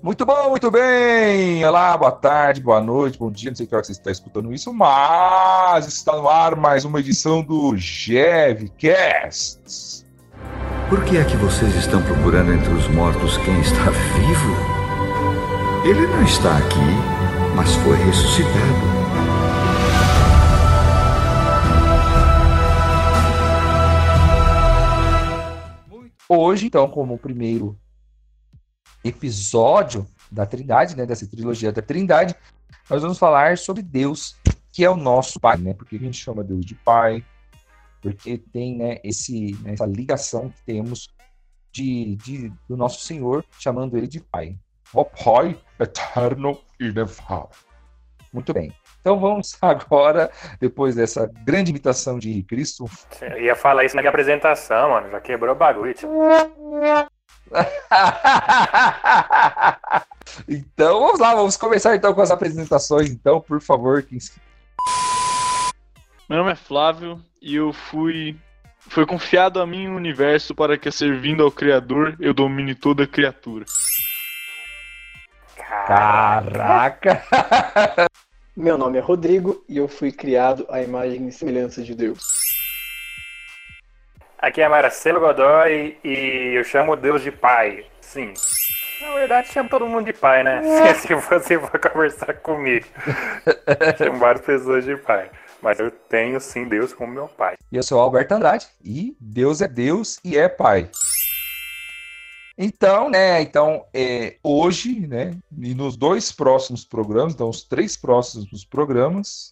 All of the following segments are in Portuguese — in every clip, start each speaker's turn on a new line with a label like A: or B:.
A: Muito bom, muito bem! Olá, boa tarde, boa noite, bom dia, não sei que hora você está escutando isso, mas está no ar mais uma edição do GevCast.
B: Por que é que vocês estão procurando entre os mortos quem está vivo? Ele não está aqui, mas foi ressuscitado.
A: Hoje, então, como o primeiro episódio da Trindade, né, dessa trilogia da Trindade, nós vamos falar sobre Deus, que é o nosso Pai, né? Porque a gente chama Deus de Pai, porque tem, né, essa ligação que temos do nosso Senhor, chamando ele de Pai. O Pai eterno e inefável. Muito bem. Então vamos agora, depois dessa grande imitação de Cristo...
C: Eu ia falar isso na minha apresentação, mano. Já quebrou o bagulho.
A: Então vamos lá, vamos começar então com as apresentações, então, por favor.
D: Meu nome é Flávio e foi confiado a mim o universo para que, servindo ao Criador, eu domine toda criatura.
A: Caraca!
E: Meu nome é Rodrigo e eu fui criado à imagem e semelhança de Deus.
C: Aqui é Marcelo Godoy e eu chamo Deus de Pai. Sim. Na verdade, chamo todo mundo de Pai, né? Se você for conversar comigo. Chamo várias pessoas de Pai. Mas eu tenho, sim, Deus como meu Pai.
A: E eu sou Alberto Andrade e Deus é Deus e é Pai. Então, hoje, né, e nos dois próximos programas, então os três próximos programas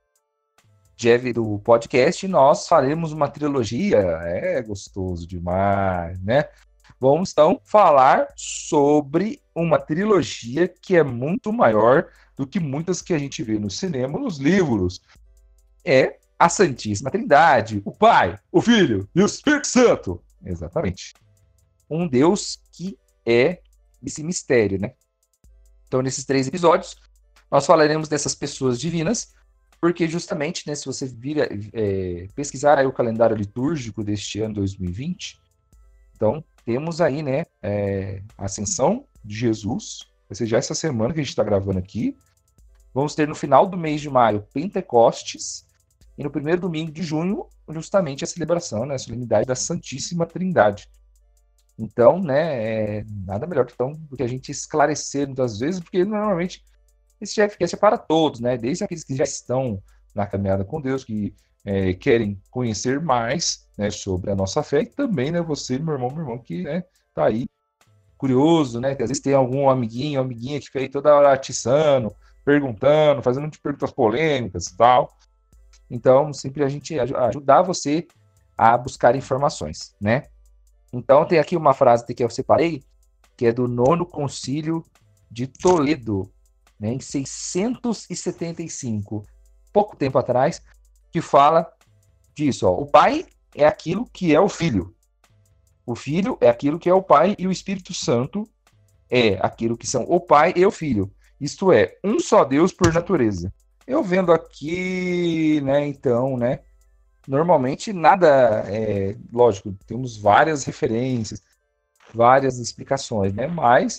A: do podcast, nós faremos uma trilogia. É gostoso demais, né? Vamos, então, falar sobre uma trilogia que é muito maior do que muitas que a gente vê no cinema, nos livros. É a Santíssima Trindade, o Pai, o Filho e o Espírito Santo. Exatamente. Um Deus que é esse mistério, né? Então, nesses 3 episódios, nós falaremos dessas pessoas divinas, porque justamente, né, se você pesquisar aí o calendário litúrgico deste ano 2020, então, temos aí, né, a Ascensão de Jesus, vai ser já essa semana que a gente está gravando aqui. Vamos ter no final do mês de maio Pentecostes, e no primeiro domingo de junho, justamente a celebração, né, a solenidade da Santíssima Trindade. Então, né, nada melhor então, do que a gente esclarecer muitas vezes, porque normalmente esse GevCast é para todos, né, desde aqueles que já estão na caminhada com Deus, que querem conhecer mais, né, sobre a nossa fé, e também, né, você, meu irmão, que, né, tá aí curioso, né, que às vezes tem algum amiguinho, amiguinha que fica aí toda hora atiçando, perguntando, fazendo perguntas polêmicas e tal. Então, sempre a gente ajudar você a buscar informações, né? Então, tem aqui uma frase que eu separei, que é do 9º Concílio de Toledo, né, em 675, pouco tempo atrás, que fala disso. Ó, o Pai é aquilo que é o Filho. O Filho é aquilo que é o Pai, e o Espírito Santo é aquilo que são o Pai e o Filho. Isto é, um só Deus por natureza. Eu vendo aqui, né, então, né, normalmente nada, lógico, temos várias referências, várias explicações, né, mas,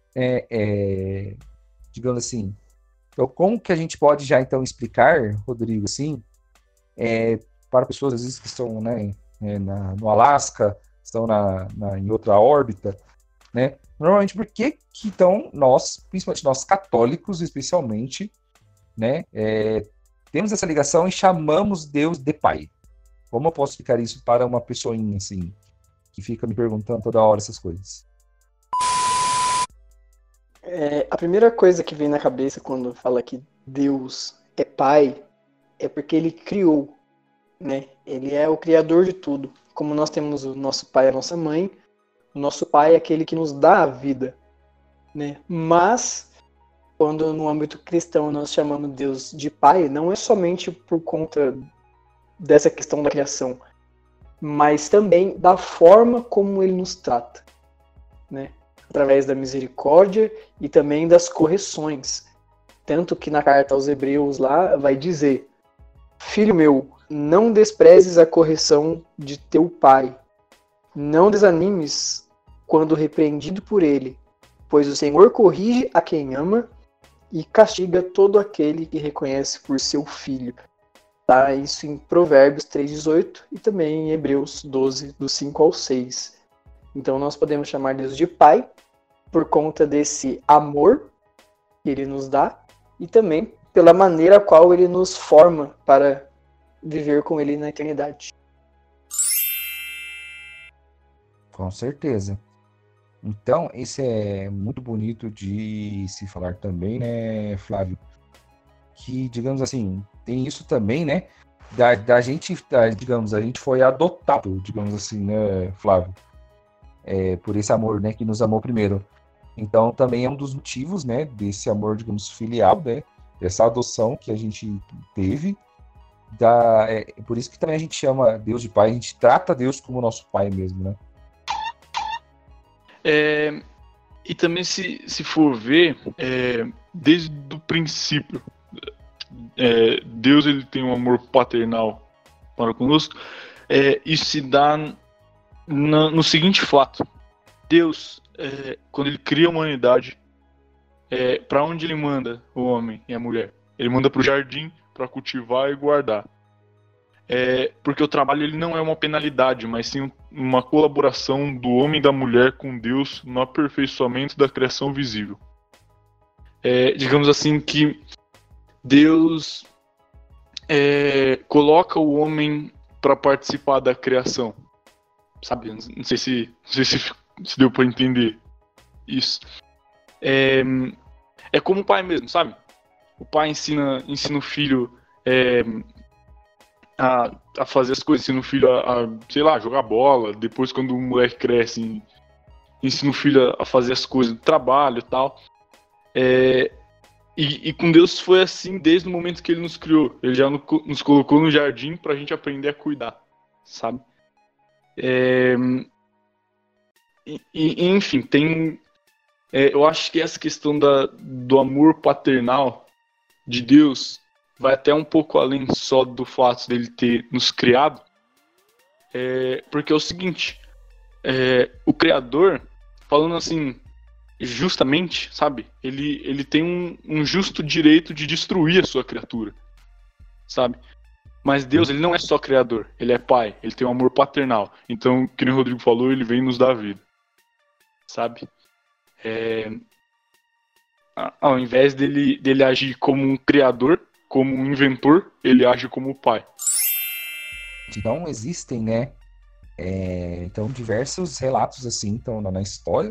A: digamos assim, então, como que a gente pode já, então, explicar, Rodrigo, assim, para pessoas, às vezes, que estão, né, no Alasca, estão em outra órbita, né, normalmente, por que então, nós, principalmente nós católicos, especialmente, né, temos essa ligação e chamamos Deus de Pai? Como eu posso explicar isso para uma pessoinha, assim, que fica me perguntando toda hora essas coisas?
E: A primeira coisa que vem na cabeça quando fala que Deus é Pai é porque Ele criou, né? Ele é o Criador de tudo. Como nós temos o nosso pai e a nossa mãe, o nosso pai é aquele que nos dá a vida, né? Mas, quando no âmbito cristão nós chamamos Deus de Pai, não é somente por conta dessa questão da criação, mas também da forma como Ele nos trata, né? Através da misericórdia e também das correções. Tanto que na carta aos Hebreus lá vai dizer: Filho meu, não desprezes a correção de teu pai. Não desanimes quando repreendido por ele, Pois o Senhor corrige a quem ama e castiga todo aquele que reconhece por seu filho. Tá? Isso em Provérbios 3,18 e também em Hebreus 12, do 5 ao 6. Então nós podemos chamar Deus de Pai por conta desse amor que Ele nos dá e também pela maneira a qual Ele nos forma para viver com Ele na eternidade.
A: Com certeza. Então, esse é muito bonito de se falar também, né, Flávio? Que, digamos assim, tem isso também, né? Da gente, digamos, a gente foi adotado, digamos assim, né, Flávio? Por esse amor, né, que nos amou primeiro. Então, também é um dos motivos, né, desse amor, digamos, filial, né? Dessa adoção que a gente teve. Por isso que também a gente chama Deus de Pai, a gente trata Deus como nosso Pai mesmo, né?
D: E também se for ver, desde o princípio, Deus ele tem um amor paternal para conosco, isso se dá no seguinte fato: Deus, quando ele cria a humanidade, para onde ele manda o homem e a mulher? Ele manda para o jardim para cultivar e guardar. Porque o trabalho ele não é uma penalidade, mas sim uma colaboração do homem e da mulher com Deus no aperfeiçoamento da criação visível. Digamos assim que Deus coloca o homem para participar da criação, sabe? Não sei se deu para entender isso. É como o pai mesmo, sabe? O pai ensina o filho a fazer as coisas, ensina o filho sei lá, jogar bola. Depois, quando o moleque cresce, ensina o filho a fazer as coisas do trabalho e tal. E com Deus foi assim desde o momento que Ele nos criou. Ele já nos colocou no jardim pra gente aprender a cuidar, sabe? Enfim, tem... eu acho que essa questão do amor paternal de Deus vai até um pouco além só do fato dele ter nos criado, porque é o seguinte, o Criador, falando assim, justamente, sabe, ele tem um justo direito de destruir a sua criatura, sabe, mas Deus, ele não é só Criador, ele é Pai, ele tem um amor paternal, então, como o Rodrigo falou, ele vem nos dar vida, sabe, ao invés dele agir como um Criador, como um inventor, ele age como pai.
A: Então existem, né? Então diversos relatos assim, então na história.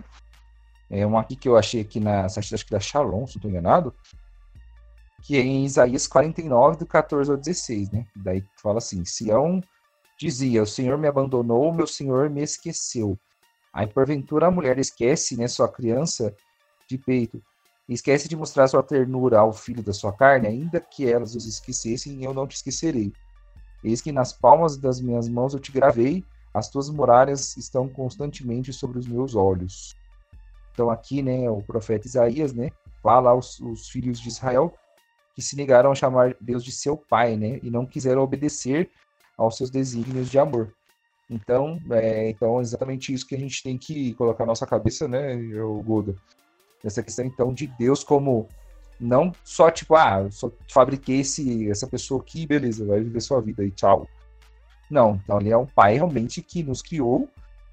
A: Um aqui que eu achei aqui na site, acho que da Shalom, se não estou enganado, que é em Isaías 49, do 14 ao 16, né? Daí fala assim: Sião dizia, o Senhor me abandonou, meu Senhor me esqueceu. Aí porventura a mulher esquece, né, sua criança de peito, e esquece de mostrar sua ternura ao filho da sua carne, ainda que elas os esquecessem, eu não te esquecerei. Eis que nas palmas das minhas mãos eu te gravei, as tuas muralhas estão constantemente sobre os meus olhos. Então aqui, né, o profeta Isaías, né, fala aos filhos de Israel que se negaram a chamar Deus de seu pai, né, e não quiseram obedecer aos seus desígnios de amor. Então, é exatamente isso que a gente tem que colocar na nossa cabeça, né, Goda? Essa questão, então, de Deus como não só, tipo, só fabriquei essa pessoa aqui, beleza, vai viver sua vida e tchau. Não, então ele é um pai realmente que nos criou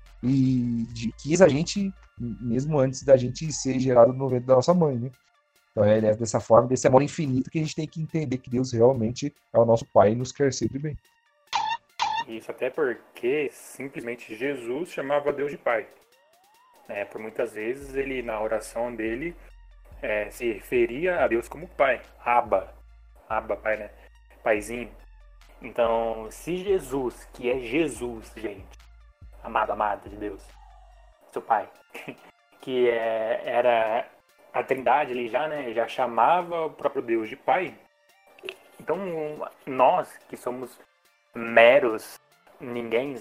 A: e quis a gente, mesmo antes da gente ser gerado no ventre da nossa mãe, né? Então é dessa forma, desse amor infinito, que a gente tem que entender que Deus realmente é o nosso pai e nos quer sempre bem.
C: Isso até porque simplesmente Jesus chamava Deus de pai. Por muitas vezes ele, na oração dele, se referia a Deus como pai. Abba, pai, né? Paizinho. Então, se Jesus, que é Jesus, gente, amada de Deus, seu pai, que era a Trindade ali já, né? Já chamava o próprio Deus de pai. Então, nós que somos meros ninguéms,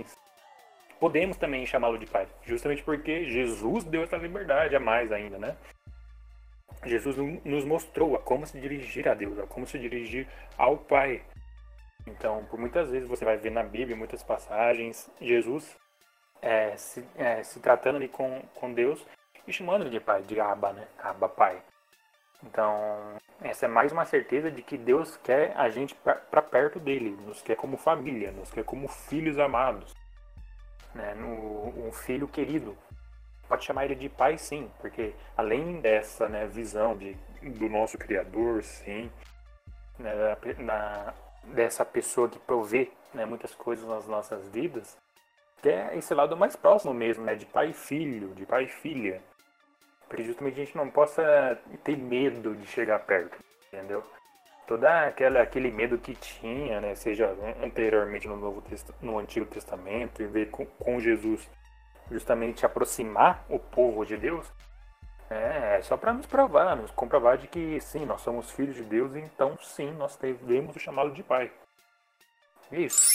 C: podemos também chamá-lo de pai, justamente porque Jesus deu essa liberdade a mais ainda, né? Jesus nos mostrou a como se dirigir a Deus, a como se dirigir ao Pai. Então, por muitas vezes você vai ver na Bíblia, em muitas passagens, Jesus se tratando ali com Deus e chamando ele de pai, de Abba, né? Abba, pai. Então, essa é mais uma certeza de que Deus quer a gente para perto dele, nos quer como família, nos quer como filhos amados, né? Um filho querido. Pode chamar ele de pai, sim, porque além dessa, né, visão do nosso Criador, sim, né, dessa pessoa que provê, né, muitas coisas nas nossas vidas, que é esse lado mais próximo mesmo, né, de pai e filho, de pai e filha. Porque justamente a gente não possa ter medo de chegar perto, entendeu? Todo aquele medo que tinha, né, seja anteriormente no Antigo Testamento, e ver com Jesus justamente aproximar o povo de Deus, é só para nos comprovar de que sim, nós somos filhos de Deus, e então sim, nós devemos chamá-lo de pai. Isso.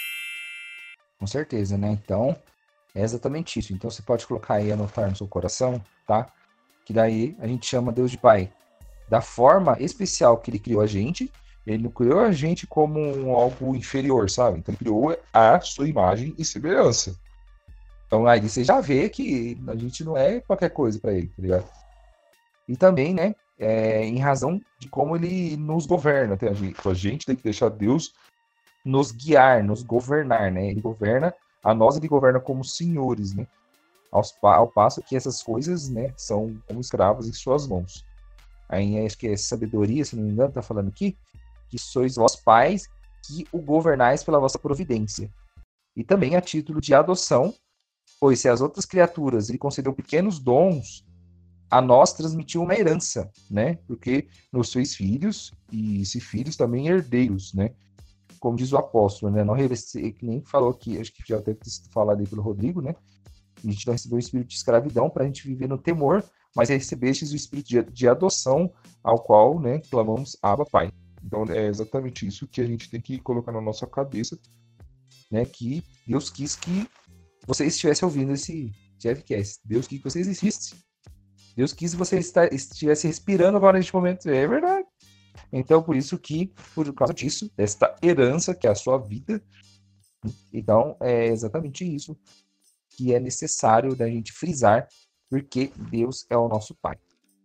A: Com certeza, né? Então, é exatamente isso. Então, você pode colocar aí, anotar no seu coração, tá? Que daí a gente chama Deus de pai. Da forma especial que ele criou a gente, ele não criou a gente como algo inferior, sabe? Então, ele criou a sua imagem e semelhança. Então, aí você já vê que a gente não é qualquer coisa para ele, tá ligado? E também, né, em razão de como ele nos governa. A gente tem que deixar Deus nos guiar, nos governar, né? Ele governa, a nós ele governa como senhores, né? Ao passo que essas coisas, né, são como escravos em suas mãos. Aí acho que é sabedoria, se não me engano, tá falando aqui, que sois vós pais que o governais pela vossa providência. E também a título de adoção, pois se as outras criaturas lhe concedeu pequenos dons, a nós transmitiu uma herança, né? Porque nos sois filhos, e se filhos também herdeiros, né? Como diz o apóstolo, né? Não reveste, que nem falou aqui, acho que já deve ter sido falado aí pelo Rodrigo, né? A gente não recebeu o espírito de escravidão para a gente viver no temor, mas recebestes o espírito de adoção, ao qual, né, clamamos Abba, Pai. Então é exatamente isso que a gente tem que colocar na nossa cabeça, né? Que Deus quis que você estivesse ouvindo esse Jeffcast. Deus quis que você existisse. Deus quis que você estivesse respirando agora neste momento. É verdade. Então, por isso que, por causa disso, desta herança que é a sua vida, então é exatamente isso que é necessário da gente frisar, porque Deus é o nosso Pai.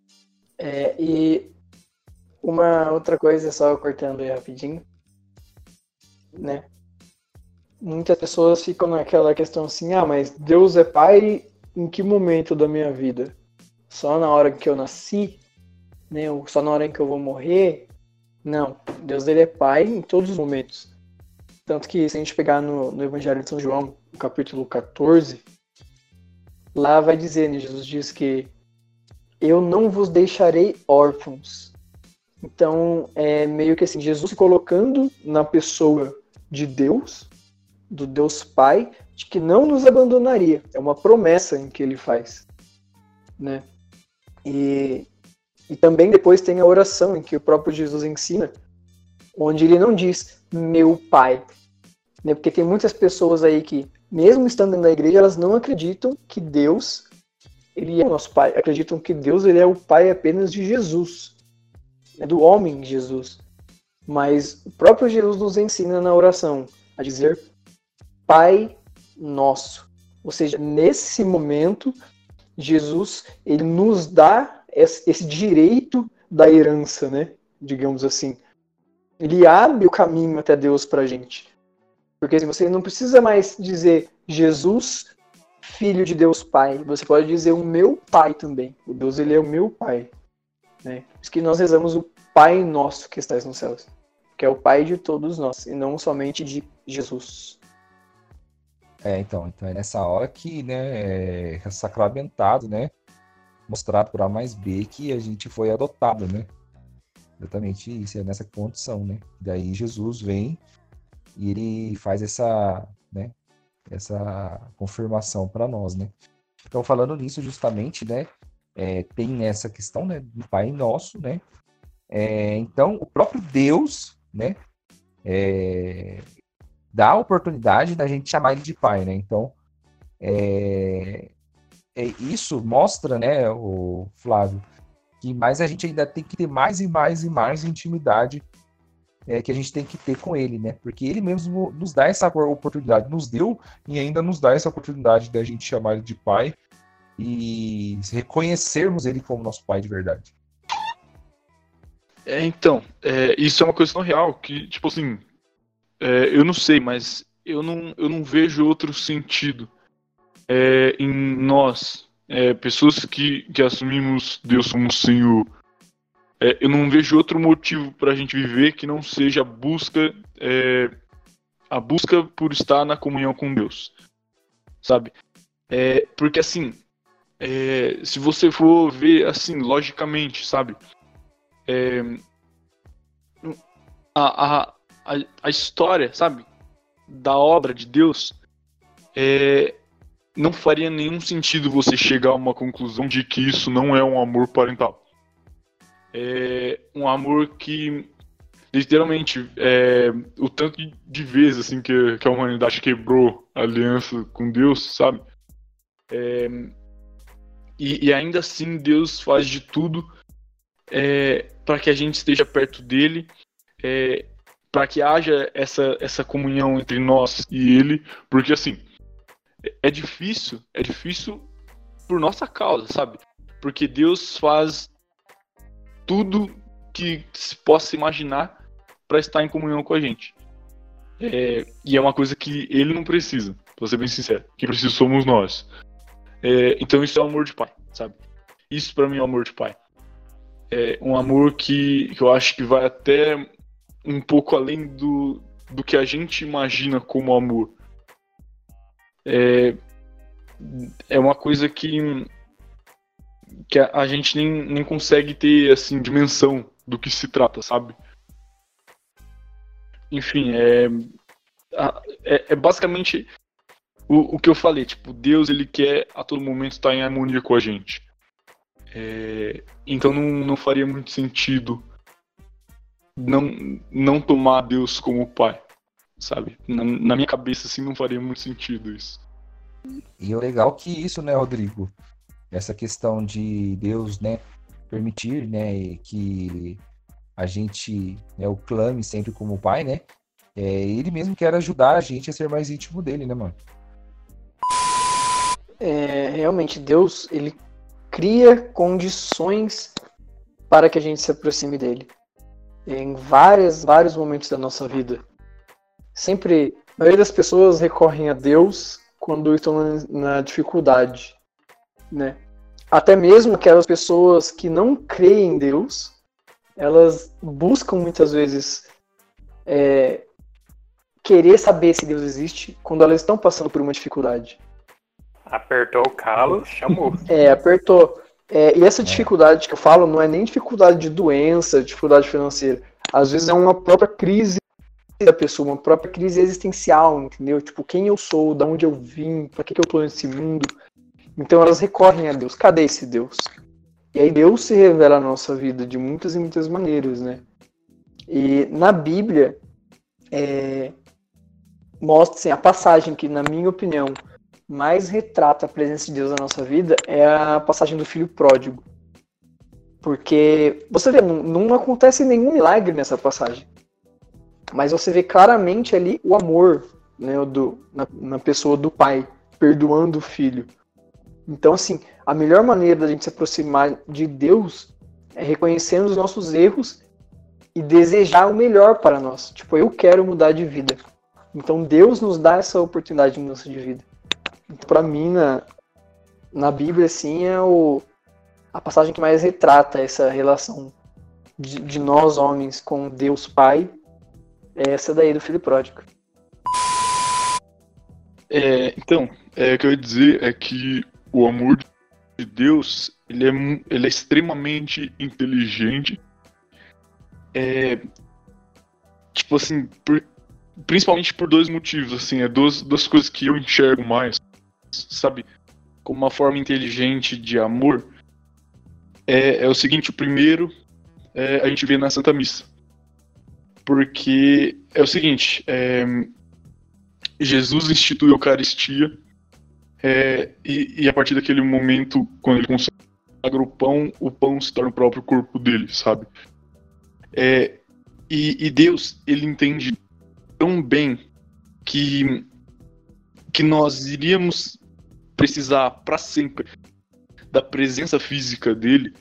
E: E uma outra coisa, só cortando aí rapidinho, né? Muitas pessoas ficam naquela questão assim, mas Deus é pai em que momento da minha vida? Só na hora que eu nasci? Né? Ou só na hora em que eu vou morrer? Não, Deus ele é pai em todos os momentos. Tanto que se a gente pegar no Evangelho de São João, no capítulo 14, lá vai dizer, né, Jesus diz que eu não vos deixarei órfãos. Então, é meio que assim, Jesus se colocando na pessoa de Deus, do Deus Pai, de que não nos abandonaria. É uma promessa em que ele faz, né? E também depois tem a oração em que o próprio Jesus ensina, onde ele não diz meu Pai, né? Porque tem muitas pessoas aí que, mesmo estando na igreja, elas não acreditam que Deus ele é o nosso Pai. Acreditam que Deus ele é o Pai apenas de Jesus, né? Do homem Jesus. Mas o próprio Jesus nos ensina na oração a dizer Pai Nosso. Ou seja, nesse momento, Jesus ele nos dá esse direito da herança, né? Digamos assim. Ele abre o caminho até Deus pra gente. Porque assim, você não precisa mais dizer Jesus, Filho de Deus Pai. Você pode dizer o meu Pai também. O Deus ele é o meu Pai. Né? Por isso que nós rezamos o Pai Nosso que estás nos céus. Que é o Pai de todos nós. E não somente de Jesus.
A: Então é nessa hora que, né, é sacramentado, né, mostrado por A mais B que a gente foi adotado, né, exatamente isso, é nessa condição, né, daí Jesus vem e ele faz essa, né, essa confirmação para nós, né. Então falando nisso justamente, né, tem essa questão, né, do Pai Nosso, né, então o próprio Deus, né, dá a oportunidade da gente chamar ele de pai, né? Então, isso mostra, né, o Flávio, que mais a gente ainda tem que ter mais e mais e mais intimidade que a gente tem que ter com ele, né? Porque ele mesmo nos dá essa oportunidade, nos deu e ainda nos dá essa oportunidade da gente chamar ele de pai e reconhecermos ele como nosso pai de verdade.
D: Então, isso é uma questão real, que, tipo assim, eu não sei, mas eu não vejo outro sentido em nós, pessoas que assumimos Deus como Senhor. Eu não vejo outro motivo para a gente viver que não seja a busca por estar na comunhão com Deus, sabe? Porque assim, se você for ver assim, logicamente, sabe? A história, sabe? Da obra de Deus, não faria nenhum sentido você chegar a uma conclusão de que isso não é um amor parental. É um amor que, literalmente, o tanto de vezes assim, que a humanidade quebrou a aliança com Deus, sabe? E ainda assim Deus faz de tudo para que a gente esteja perto dele, para que haja essa comunhão entre nós e ele, porque assim, é difícil por nossa causa, sabe? Porque Deus faz tudo que se possa imaginar para estar em comunhão com a gente. E é uma coisa que ele não precisa, pra ser bem sincero. Quem precisa somos nós. Então isso é o amor de pai, sabe? Isso pra mim é o amor de pai. É um amor que eu acho que vai até um pouco além do que a gente imagina como amor. É uma coisa que a gente nem consegue ter assim, dimensão do que se trata, sabe? Enfim, basicamente o que eu falei, tipo, Deus ele quer a todo momento estar em harmonia com a gente. Então não faria muito sentido não tomar Deus como pai, sabe? Na minha cabeça assim não faria muito sentido isso.
A: E o legal que isso, né, Rodrigo? Essa questão de Deus, né, permitir, né, que a gente, né, o clame sempre como pai, né? Ele mesmo quer ajudar a gente a ser mais íntimo dele, né, mano?
E: Realmente, Deus, ele cria condições para que a gente se aproxime dele. Em vários momentos da nossa vida. Sempre, a maioria das pessoas recorrem a Deus quando estão na dificuldade, né? Até mesmo aquelas pessoas que não creem em Deus, elas buscam muitas vezes querer saber se Deus existe quando elas estão passando por uma dificuldade.
C: Apertou o calo, chamou.
E: Apertou. E essa dificuldade que eu falo não é nem dificuldade de doença, dificuldade financeira. Às vezes é uma própria crise da pessoa, uma própria crise existencial, entendeu? Tipo, quem eu sou, de onde eu vim, pra que eu tô nesse mundo. Então elas recorrem a Deus. Cadê esse Deus? E aí Deus se revela na nossa vida de muitas e muitas maneiras, né? E na Bíblia, mostra assim, a passagem que, na minha opinião, mais retrata a presença de Deus na nossa vida é a passagem do filho pródigo. Porque, você vê, não acontece nenhum milagre nessa passagem. Mas você vê claramente ali o amor, né, na pessoa do pai, perdoando o filho. Então, assim, a melhor maneira da gente se aproximar de Deus é reconhecendo os nossos erros e desejar o melhor para nós. Tipo, eu quero mudar de vida. Então, Deus nos dá essa oportunidade de mudança de vida. Então, para mim, na Bíblia, assim, a passagem que mais retrata essa relação de nós, homens, com Deus Pai, é essa daí do filho pródigo.
D: Então, o que eu ia dizer é que o amor de Deus, ele é extremamente inteligente. Tipo assim, principalmente por dois motivos, assim, duas coisas que eu enxergo mais, sabe, como uma forma inteligente de amor. É o seguinte, o primeiro a gente vê na Santa Missa. Porque é o seguinte, Jesus institui a Eucaristia, e a partir daquele momento, quando ele consagra o pão se torna o próprio corpo dele, sabe? E Deus, ele entende tão bem que nós iríamos precisar para sempre da presença física dele,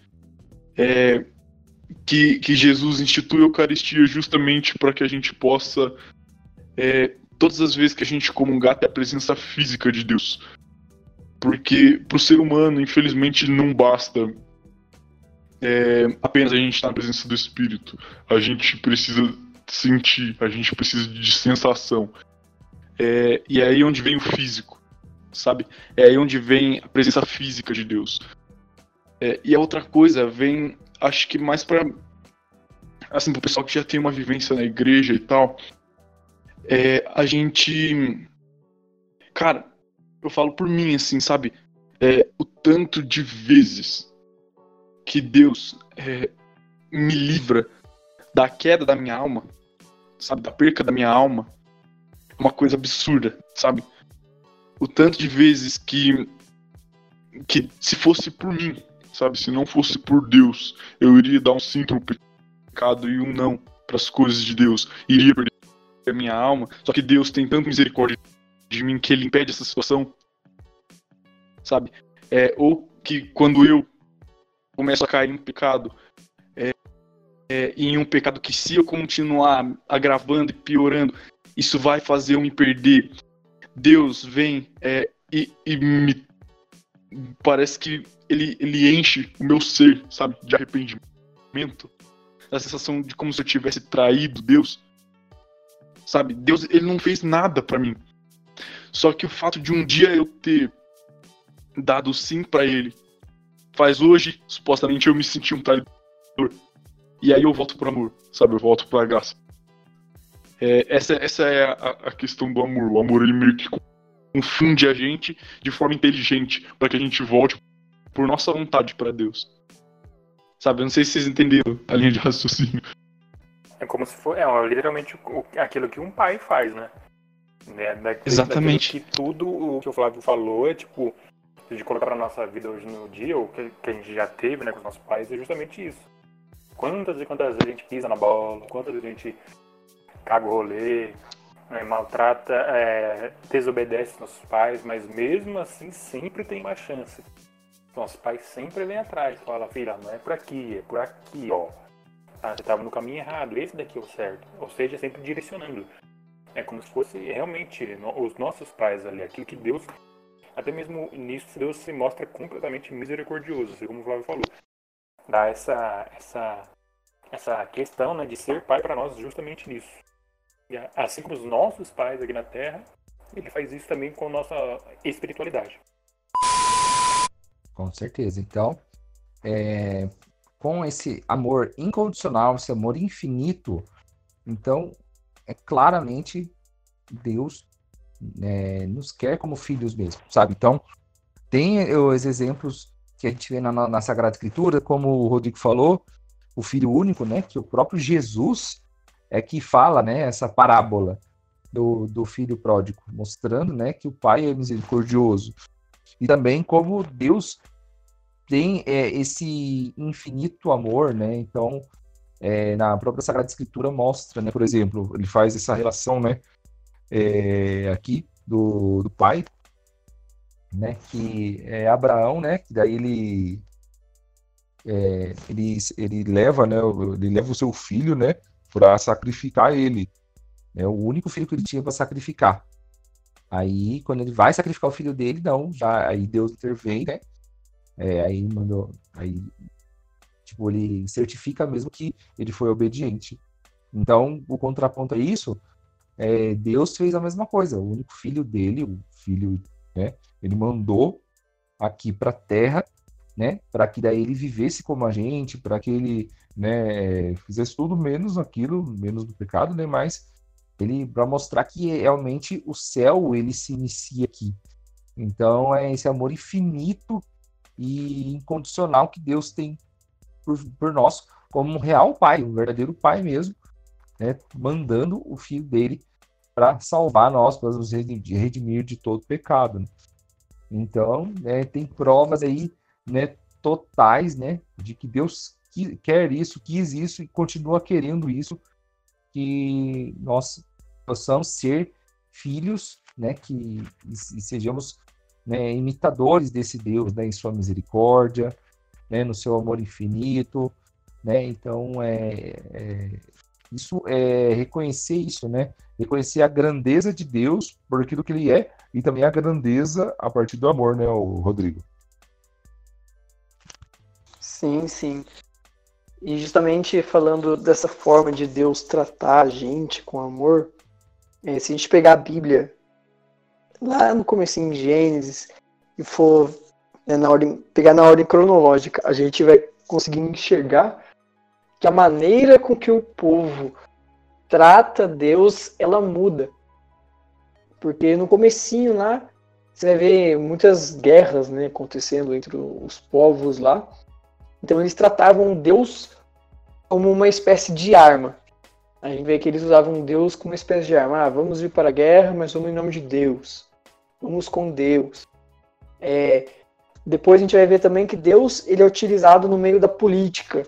D: que Jesus institui a Eucaristia justamente para que a gente possa, todas as vezes que a gente comungar, ter a presença física de Deus. Porque para o ser humano, infelizmente, não basta apenas a gente estar na presença do Espírito. A gente precisa sentir, a gente precisa de sensação. E é aí onde vem o físico, sabe? É aí onde vem a presença física de Deus. E a outra coisa vem, acho que mais para, assim, pro pessoal que já tem uma vivência na igreja e tal, a gente... Cara, eu falo por mim, assim, sabe? O tanto de vezes que Deus me livra da queda da minha alma, sabe? Da perca da minha alma. Uma coisa absurda, sabe? O tanto de vezes que se fosse por mim, sabe? Se não fosse por Deus, eu iria dar um sim pro pecado e um não para as coisas de Deus. Iria perder a minha alma. Só que Deus tem tanta misericórdia de mim que Ele impede essa situação, sabe? Ou que quando eu começo a cair em pecado, e em um pecado que, se eu continuar agravando e piorando, isso vai fazer eu me perder. Deus vem e me parece que ele enche o meu ser, sabe, de arrependimento, da sensação de como se eu tivesse traído Deus, sabe? Deus, ele não fez nada pra mim. Só que o fato de um dia eu ter dado sim pra ele faz hoje, supostamente, eu me sentir um traidor. E aí eu volto pro amor, sabe? Eu volto pra graça. Essa é a questão do amor. O amor, ele meio que confunde a gente de forma inteligente para que a gente volte por nossa vontade para Deus. Sabe? Eu não sei se vocês entenderam a linha de raciocínio.
C: É como se fosse literalmente aquilo que um pai faz, né?
D: Exatamente.
C: Que tudo o que o Flávio falou é tipo, se a gente colocar pra nossa vida hoje no dia, ou que a gente já teve, né, com os nossos pais, é justamente isso. Quantas e quantas vezes a gente pisa na bola, quantas vezes a gente caga o rolê, maltrata, desobedece nossos pais, mas mesmo assim sempre tem uma chance. Nossos pais sempre vêm atrás, falam, filha, não é por aqui, é por aqui, ó. Ah, você estava no caminho errado, esse daqui é o certo. Ou seja, sempre direcionando. É como se fosse realmente os nossos pais ali, aquilo que Deus, até mesmo nisso, Deus se mostra completamente misericordioso, assim como o Flávio falou. Dá essa questão, né, de ser pai para nós justamente nisso. E assim como os nossos pais aqui na Terra, ele faz isso também com a nossa espiritualidade.
A: Com certeza. Então, com esse amor incondicional, esse amor infinito, então, claramente, Deus nos quer como filhos mesmo, sabe? Então, tem os exemplos que a gente vê na Sagrada Escritura, como o Rodrigo falou, o Filho único, né? Que o próprio Jesus que fala, né? Essa parábola do filho pródigo, mostrando, né? Que o Pai é misericordioso. E também como Deus tem esse infinito amor, né? Então, na própria Sagrada Escritura mostra, né? Por exemplo, ele faz essa relação, né? Aqui do pai, né? Que é Abraão, né? Que daí ele leva, né? Ele leva o seu filho, né? Para sacrificar ele, né? O único filho que ele tinha para sacrificar. Aí, quando ele vai sacrificar o filho dele, não, aí Deus intervém, né? Aí, tipo, ele certifica mesmo que ele foi obediente. Então, o contraponto a isso, Deus fez a mesma coisa. O único filho dele, o filho, né? Ele mandou aqui para a Terra, né? Para que daí ele vivesse como a gente, para que ele, né? Fizesse tudo menos aquilo, menos do pecado, né? Mas ele, para mostrar que realmente o céu ele se inicia aqui. Então é esse amor infinito e incondicional que Deus tem por nós, como um real pai, um verdadeiro pai mesmo, né? Mandando o filho dele para salvar nós, para nos redimir de todo pecado. Né? Então, tem provas aí, né, totais, né, de que Deus quer isso, quis isso e continua querendo isso, que nós possamos ser filhos, né, e sejamos né, imitadores desse Deus, né, em sua misericórdia, né, no seu amor infinito, né? Então, isso é reconhecer isso, né? Reconhecer a grandeza de Deus por aquilo que ele é e também a grandeza a partir do amor, né, o Rodrigo?
E: Sim, sim. E justamente falando dessa forma de Deus tratar a gente com amor, se a gente pegar a Bíblia lá no comecinho de Gênesis e for, né, pegar na ordem cronológica, a gente vai conseguir enxergar que a maneira com que o povo trata Deus, ela muda. Porque no comecinho lá, você vai ver muitas guerras, né, acontecendo entre os povos lá. Então eles tratavam Deus como uma espécie de arma. A gente vê que eles usavam Deus como uma espécie de arma. Ah, vamos ir para a guerra, mas vamos em nome de Deus. Vamos com Deus. Depois a gente vai ver também que Deus ele é utilizado no meio da política.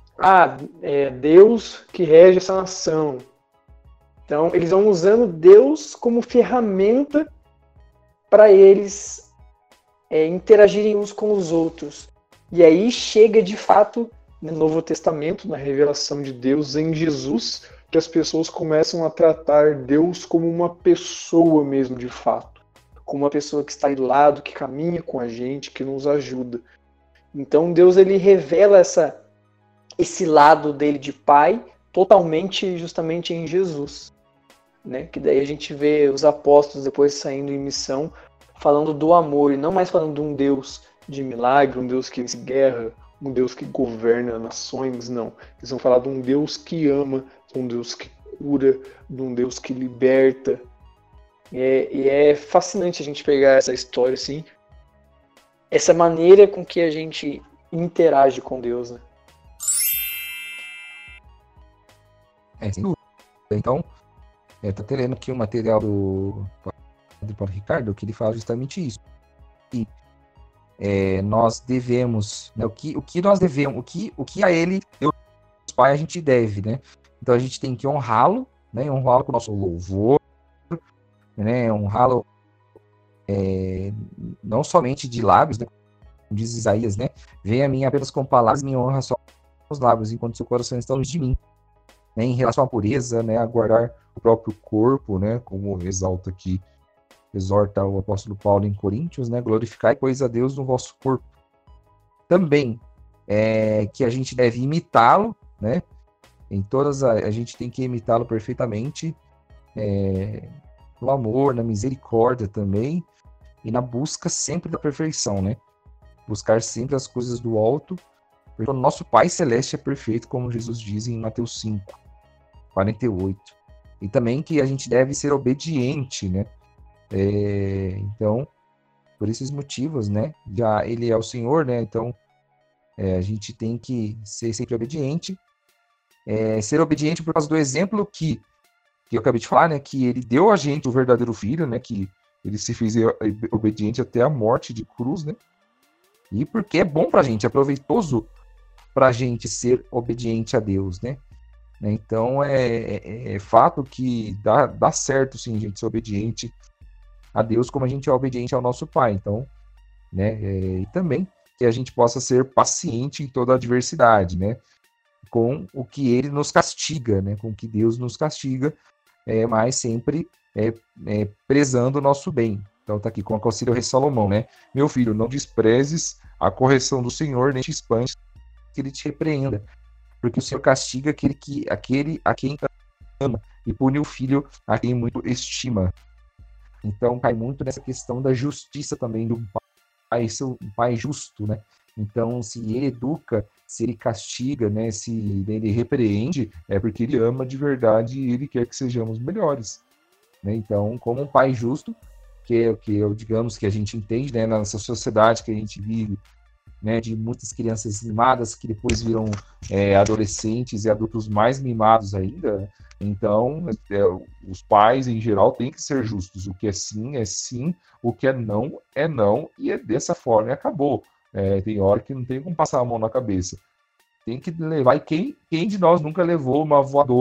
E: Deus que rege essa nação. Então eles vão usando Deus como ferramenta para eles interagirem uns com os outros. E aí chega de fato no Novo Testamento, na revelação de Deus em Jesus, que as pessoas começam a tratar Deus como uma pessoa mesmo, de fato. Como uma pessoa que está aí do lado, que caminha com a gente, que nos ajuda. Então Deus ele revela esse lado dele de pai totalmente justamente em Jesus. Né? Que daí a gente vê os apóstolos depois saindo em missão, falando do amor, e não mais falando de um Deus de milagre, um Deus que vence guerra, um Deus que governa nações, não. Eles vão falar de um Deus que ama, de um Deus que cura, de um Deus que liberta. E é fascinante a gente pegar essa história, assim, essa maneira com que a gente interage com Deus, né?
A: Sem dúvida. Então, tá lendo aqui o material do Paulo Ricardo, que ele fala justamente isso. E nós devemos, né, o que nós devemos, o que a ele, Deus Pai, a gente deve, né? Então a gente tem que honrá-lo, né? Honrá-lo com o nosso louvor, né? Honrá-lo não somente de lábios, né? Como diz Isaías, né? Venha a mim apenas com palavras, minha honra só com os lábios, enquanto seu coração está longe de mim. Né? Em relação à pureza, né? A guardar o próprio corpo, né? Como exalta aqui, exorta o apóstolo Paulo em Coríntios, né? Glorificai, pois, a Deus no vosso corpo. Também que a gente deve imitá-lo, né? A gente tem que imitá-lo perfeitamente, no amor, na misericórdia também, e na busca sempre da perfeição, né? Buscar sempre as coisas do alto, porque o nosso Pai Celeste é perfeito, como Jesus diz em Mateus 5:48. E também que a gente deve ser obediente, né? Então, por esses motivos, né? Já ele é o Senhor, né? Então, a gente tem que ser sempre obediente. Ser obediente por causa do exemplo que eu acabei de falar, né? Que ele deu a gente o verdadeiro filho, né? Que ele se fez obediente até a morte de cruz, né? E porque é bom pra gente, é proveitoso pra gente ser obediente a Deus, né? Então, é fato que dá certo, sim, a gente ser obediente a Deus como a gente é obediente ao nosso Pai. Então, né? E também que a gente possa ser paciente em toda a adversidade, né? Com o que ele nos castiga, né? Com o que Deus nos castiga, mas sempre prezando o nosso bem. Então tá aqui com o conselho rei Salomão, né? Meu filho, não desprezes a correção do Senhor, nem te espantes que ele te repreenda, porque o Senhor castiga aquele a quem ama e pune o filho a quem muito estima. Então cai muito nessa questão da justiça também do pai, ser um pai justo, né? Então, se ele educa, se ele castiga, né, se ele repreende, é porque ele ama de verdade e ele quer que sejamos melhores, né? Então, como um pai justo, que digamos que a gente entende, né, nessa sociedade que a gente vive, né, de muitas crianças mimadas que depois viram adolescentes e adultos mais mimados ainda. Então, os pais em geral têm que ser justos. O que é sim, o que é não, e é dessa forma e acabou. Tem hora que não tem como passar a mão na cabeça. Tem que levar, e quem de nós nunca levou uma voadora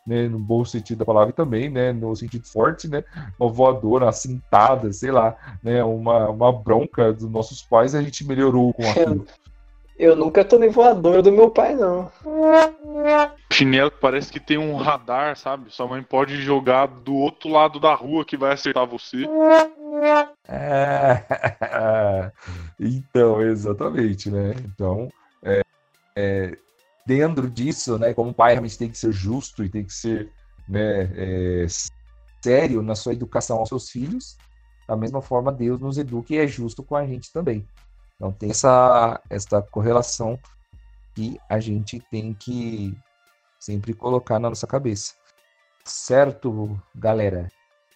A: né, no bom sentido da palavra, e também, né, no sentido forte, né, uma voadora, uma cintada, sei lá, né, uma bronca dos nossos pais, a gente melhorou com aquilo.
E: Eu nunca tomei voadora do meu pai, não.
D: Chinelo parece que tem um radar, sabe? Sua mãe pode jogar do outro lado da rua que vai acertar você.
A: Então, exatamente, né? Então, dentro disso, né, como pai realmente tem que ser justo e tem que ser, né, sério na sua educação aos seus filhos, da mesma forma Deus nos educa e é justo com a gente também. Então tem essa correlação que a gente tem que sempre colocar na nossa cabeça. Certo, galera?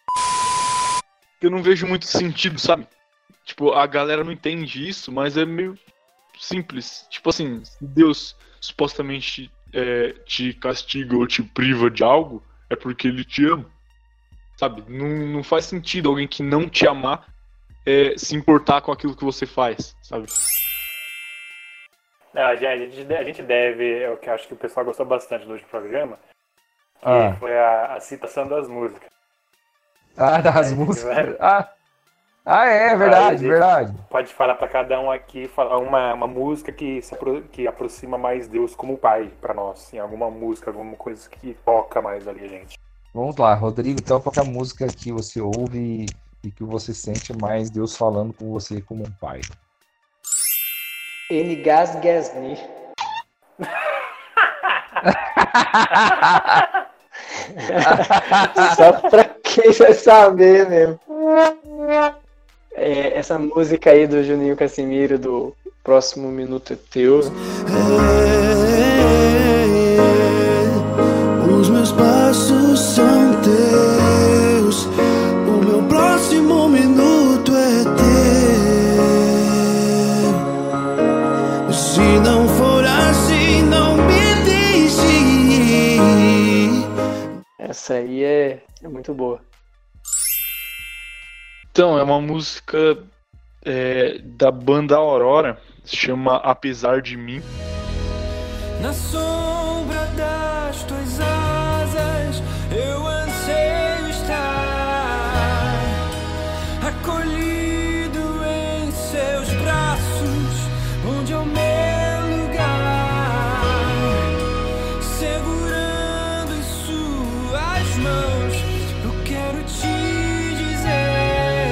D: Eu não vejo muito sentido, sabe? Tipo, a galera não entende isso, mas é meio simples. Tipo assim, se Deus supostamente te castiga ou te priva de algo, é porque ele te ama. Sabe? Não faz sentido alguém que não te amar se importar com aquilo que você faz, sabe?
C: Não, a gente deve, é o que eu acho que o pessoal gostou bastante do último programa, que foi a citação das músicas.
A: Das músicas. É verdade, verdade.
C: Pode falar para cada um aqui, falar uma música que aproxima mais Deus como pai para nós. Em alguma música, alguma coisa que toca mais ali a gente.
A: Vamos lá, Rodrigo, então qual é a música que você ouve e que você sente mais Deus falando com você como um pai?
E: N-Gas Gasni. Só pra quem vai saber mesmo. Essa música aí do Juninho Casimiro, do Próximo Minuto é Teu.
F: Os meus passos são teus, o meu próximo minuto é teu. Se não for assim, não me deixe ir.
E: Essa aí é muito boa.
D: Então, é uma música da banda Aurora, se chama Apesar de Mim.
F: Na sombra das tuas asas, eu anseio estar acolhido em seus braços, onde é o meu lugar, segurando em suas mãos, eu quero te dizer.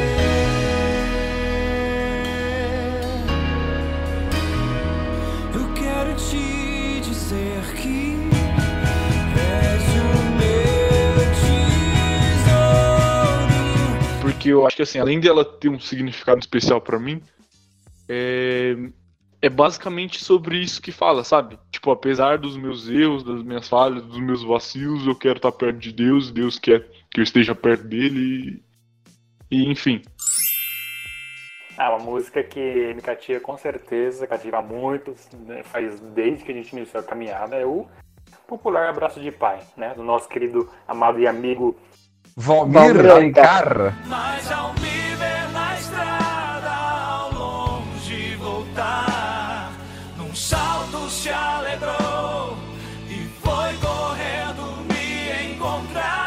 F: Eu quero te dizer que és o meu tesouro.
D: Porque eu acho que assim, além dela ter um significado especial pra mim, é basicamente sobre isso que fala, sabe? Tipo, apesar dos meus erros, das minhas falhas, dos meus vacilos, eu quero estar perto de Deus, Deus quer que eu esteja perto dele e enfim.
C: Uma música que me cativa com certeza, cativa muito, né, faz desde que a gente iniciou a caminhada, é o popular Abraço de Pai, né? Do nosso querido, amado e amigo
A: Valmir Alencar.
F: Mas ao me ver na estrada, ao longe voltar, num salto se alegrou e foi correndo me encontrar.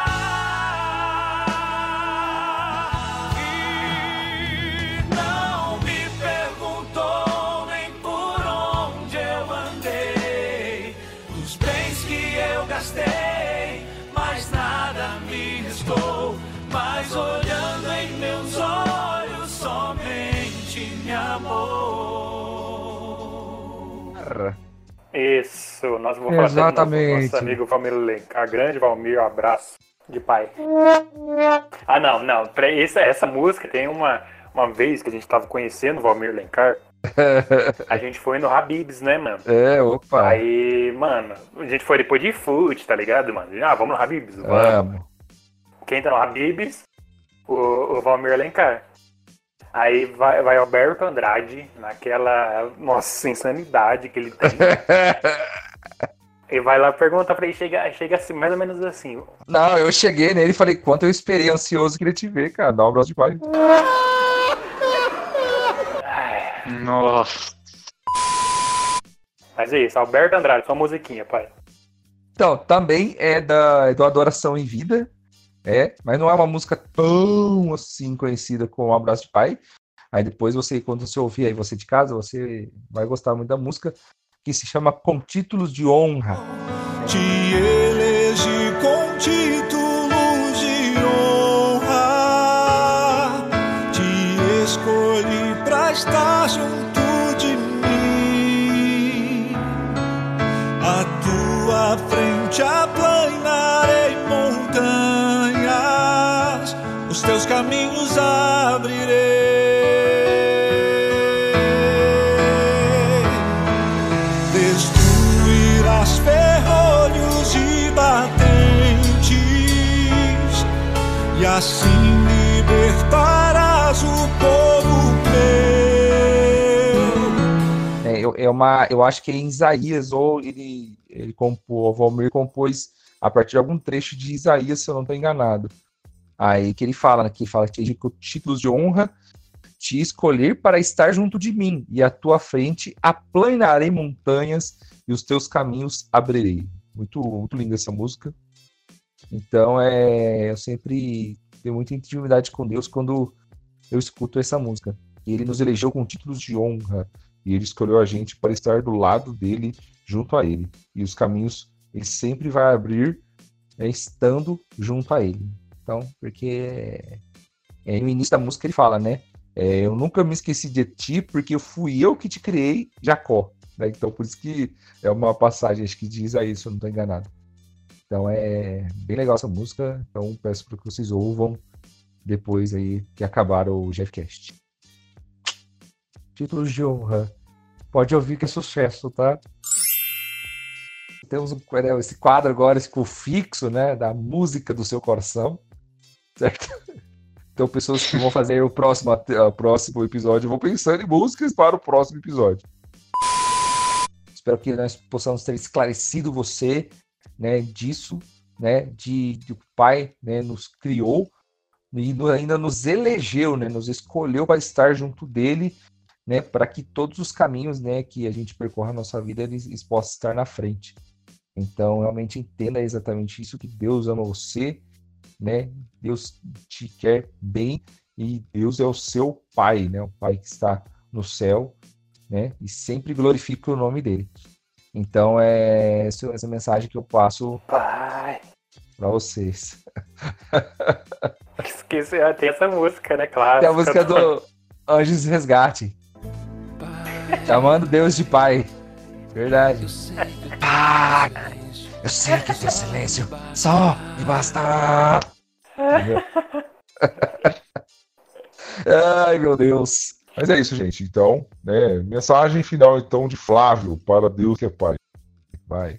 F: E não me perguntou nem por onde eu andei, os bens que eu gastei, mas nada me restou. Mas olhando em meus olhos, somente me amou.
C: Isso, nós vamos falar
A: Exatamente.
C: do nosso amigo Valmir Alencar, grande Valmir, um abraço de pai. Não, essa música tem uma vez que a gente tava conhecendo o Valmir Alencar, a gente foi no Habib's, né, mano?
A: Opa.
C: Aí, mano, a gente foi depois de food, tá ligado, mano? Vamos no Habib's?
A: Vamos.
C: Quem tá no Habib's? O Valmir Alencar. Aí vai Alberto Andrade, naquela, nossa, insanidade que ele tem. E vai lá perguntar pra ele, chega assim, mais ou menos assim.
A: Não, eu cheguei nele e falei, quanto eu esperei ansioso queria te ver, cara. Dá um abraço de pai.
D: Nossa.
C: Mas é isso, Alberto Andrade, sua musiquinha, pai.
A: Então, também é do Adoração em Vida, mas não é uma música tão assim conhecida como Um Abraço de Pai. Aí depois quando você ouvir aí você de casa, você vai gostar muito da música, que se chama Com Títulos de Honra.
F: Te elegi com títulos de honra, te escolhi pra estar junto de mim. À tua frente aplanarei montanhas, os teus caminhos abrirei. Destruirás ferrolhos e batentes, e assim libertarás o povo meu.
A: Eu acho que é em Isaías, ou o Valmir compôs a partir de algum trecho de Isaías, se eu não estou enganado. Aí que ele fala que com títulos de honra, te escolher para estar junto de mim, e à tua frente aplanarei montanhas, e os teus caminhos abrirei. Muito, muito linda essa música. Então, eu sempre tenho muita intimidade com Deus quando eu escuto essa música. E ele nos elegeu com títulos de honra, e ele escolheu a gente para estar do lado dele, junto a ele. E os caminhos ele sempre vai abrir estando junto a ele. Então, porque no início da música ele fala, né? Eu nunca me esqueci de ti, porque fui eu que te criei, Jacó. Né? Então, por isso que é uma passagem, acho que diz aí, se eu não estou enganado. Então, é bem legal essa música. Então, peço para que vocês ouvam depois aí que acabar o Jeffcast. Títulos de honra. Pode ouvir que é sucesso, tá? Temos esse quadro agora, esse fixo, né? Da música do seu coração. Certo? Então, pessoas que vão fazer o próximo episódio vão pensando em músicas para o próximo episódio. Espero que nós possamos ter esclarecido você, né, disso, né, de o Pai, né, nos criou e ainda nos elegeu, né, nos escolheu para estar junto dele, né, para que todos os caminhos, né, que a gente percorra a nossa vida, eles possam estar na frente. Então, realmente entenda exatamente isso, que Deus ama você, né? Deus te quer bem e Deus é o seu Pai, né? O Pai que está no céu, né? E sempre glorifica o nome dele. Então, essa mensagem que eu passo para vocês.
C: Esqueci, tem essa música, né? Clássica.
A: Tem a música do Anjos de Resgate. Chamando Deus de Pai. Verdade. Pai, eu sei que o teu silêncio só me basta. Ai, meu Deus. Mas é isso, gente. Então, né? Mensagem final, então, de Flávio para Deus que é Pai. Vai.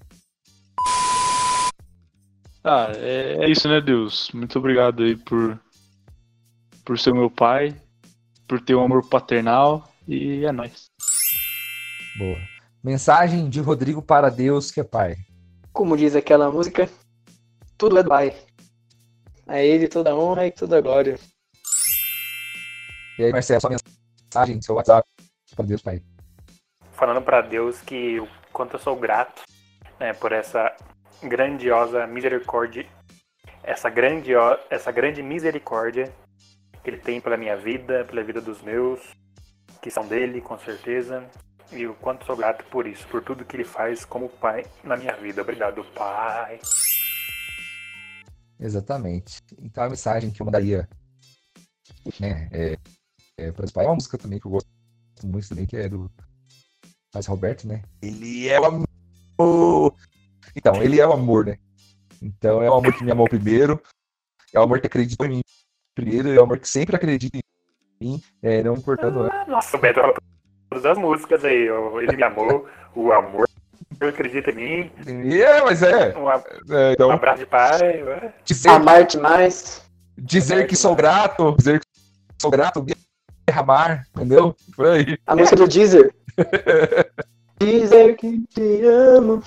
D: É isso, né, Deus? Muito obrigado aí por ser meu pai, por ter um amor paternal, e é nóis.
A: Boa. Mensagem de Rodrigo para Deus que é Pai.
E: Como diz aquela música, tudo é do Pai. A ele toda a honra e toda a glória.
A: E aí, Marcelo, sua mensagem, seu WhatsApp para Deus Pai.
C: Falando para Deus que o quanto eu sou grato, né, por essa grandiosa misericórdia, essa grande misericórdia que Ele tem pela minha vida, pela vida dos meus, que são dele, com certeza. E o quanto sou grato por isso, por tudo que Ele faz como Pai na minha vida. Obrigado, Pai.
A: Exatamente. Então a mensagem que eu mandaria, né, para os pais, é uma música também que eu gosto muito também, que é do Paz Roberto, né? Ele é o amor. Então, ele é o amor, né? Então é o amor que me amou primeiro, é o amor que acreditou em mim primeiro, é o amor que sempre acredita em mim, não importando.
C: Nossa, o Beto fala todas as músicas aí. Ele me amou, o amor acredita em mim.
A: Mas
C: então, um abraço de pai.
E: Amar-te mais.
A: Dizer que sou grato, derramar, entendeu? Por aí.
E: A música do Deezer. Dizer que te amo.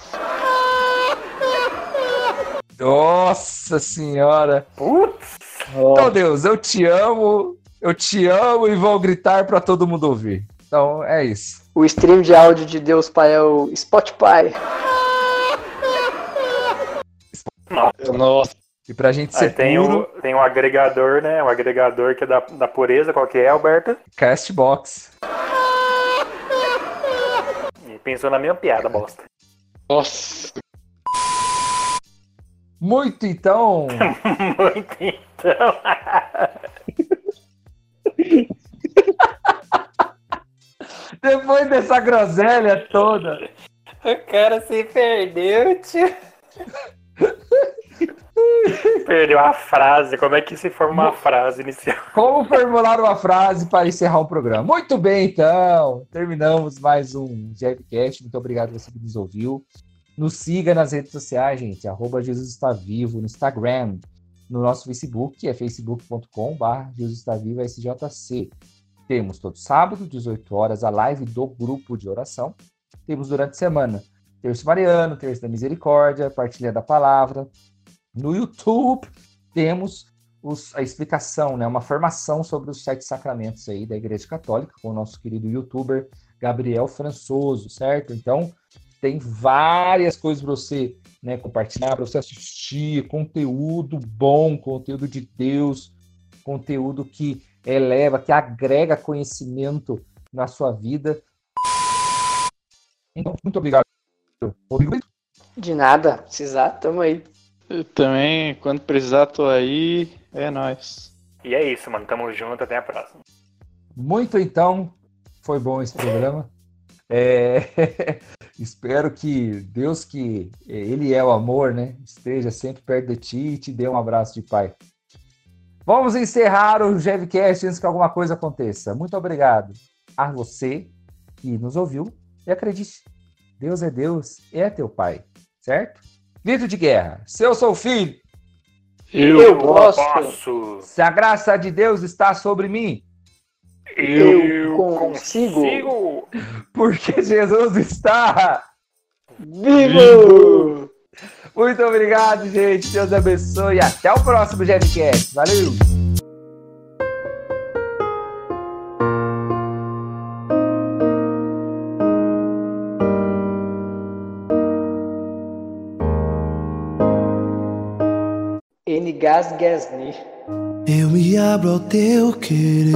A: Nossa senhora.
C: Putz.
A: Então, Deus, eu te amo e vou gritar para todo mundo ouvir. Então, é isso.
E: O stream de áudio de Deus Pai é o Spotify.
D: Nossa.
A: E pra gente
C: Aí
A: ser
C: tem
A: puro,
C: o agregador, né? O agregador que é da pureza, qual que é, Alberto?
A: Castbox.
C: E pensou na minha piada, bosta.
D: Nossa.
A: Muito então.
C: Muito então.
A: Depois dessa groselha toda.
C: O cara se perdeu, tio. Perdeu a frase. Como é que se forma uma frase inicial?
A: Como formular uma frase para encerrar o programa? Muito bem, então. Terminamos mais um Jevcast. Muito obrigado a você que nos ouviu. Nos siga nas redes sociais, gente. @JesusEstaVivo no Instagram. No nosso Facebook, que é facebook.com/JesusEstaVivo_SJC. Temos todo sábado, 18 horas, a live do grupo de oração. Temos durante a semana Terço Mariano, Terço da Misericórdia, Partilha da Palavra. No YouTube temos a explicação, né, uma formação sobre os 7 sacramentos aí da Igreja Católica, com o nosso querido youtuber Gabriel Françoso, certo? Então, tem várias coisas para você, né, compartilhar, para você assistir, conteúdo bom, conteúdo de Deus, conteúdo que eleva, que agrega conhecimento na sua vida. Então, muito obrigado. Rodrigo.
E: De nada, precisar, tamo aí.
D: Eu também, quando precisar, tô aí. É nóis.
C: E é isso, mano. Tamo junto. Até a próxima.
A: Muito então. Foi bom esse programa. Espero que Deus, que Ele é o amor, né, esteja sempre perto de ti e te dê um abraço de pai. Vamos encerrar o Jevcast antes que alguma coisa aconteça. Muito obrigado a você que nos ouviu. E acredite, Deus é Deus, é teu pai, certo? Grito de guerra. Se eu sou filho,
E: Eu posso.
C: posso.
A: se a graça de Deus está sobre mim,
E: Eu consigo.
A: porque Jesus está.
E: Vivo!
A: Muito obrigado, gente. Deus abençoe. Até o próximo Jevcast. Valeu!
E: N-Gas Gasni.
F: Eu me abro ao teu querer,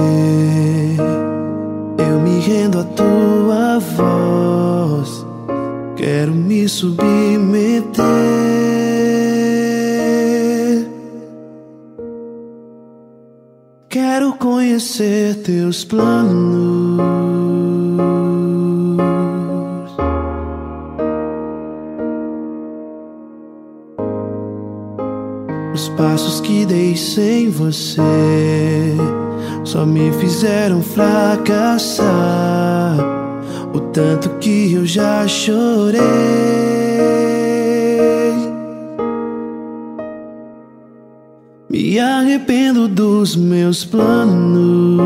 F: eu me rendo à tua voz, quero me submeter, quero conhecer teus planos, os passos que dei sem você só me fizeram fracassar. O tanto que eu já chorei. Me arrependo dos meus planos.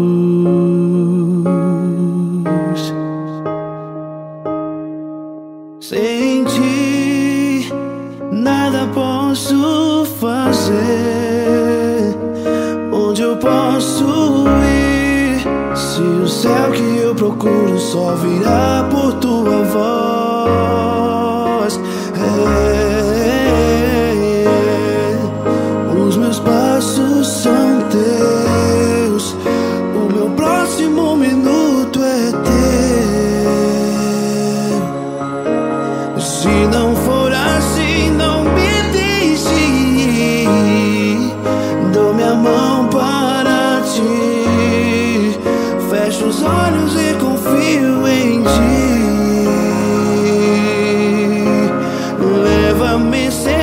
F: Sem ti, nada posso fazer. Onde eu posso ir? Se o céu que eu procuro só virá por tua voz. Os meus passos são teus, o meu próximo minuto é teu. Se não for assim, não me deixe ir. Dou minha mão para ti, fecho os olhos e confio em ti. Leva-me sempre.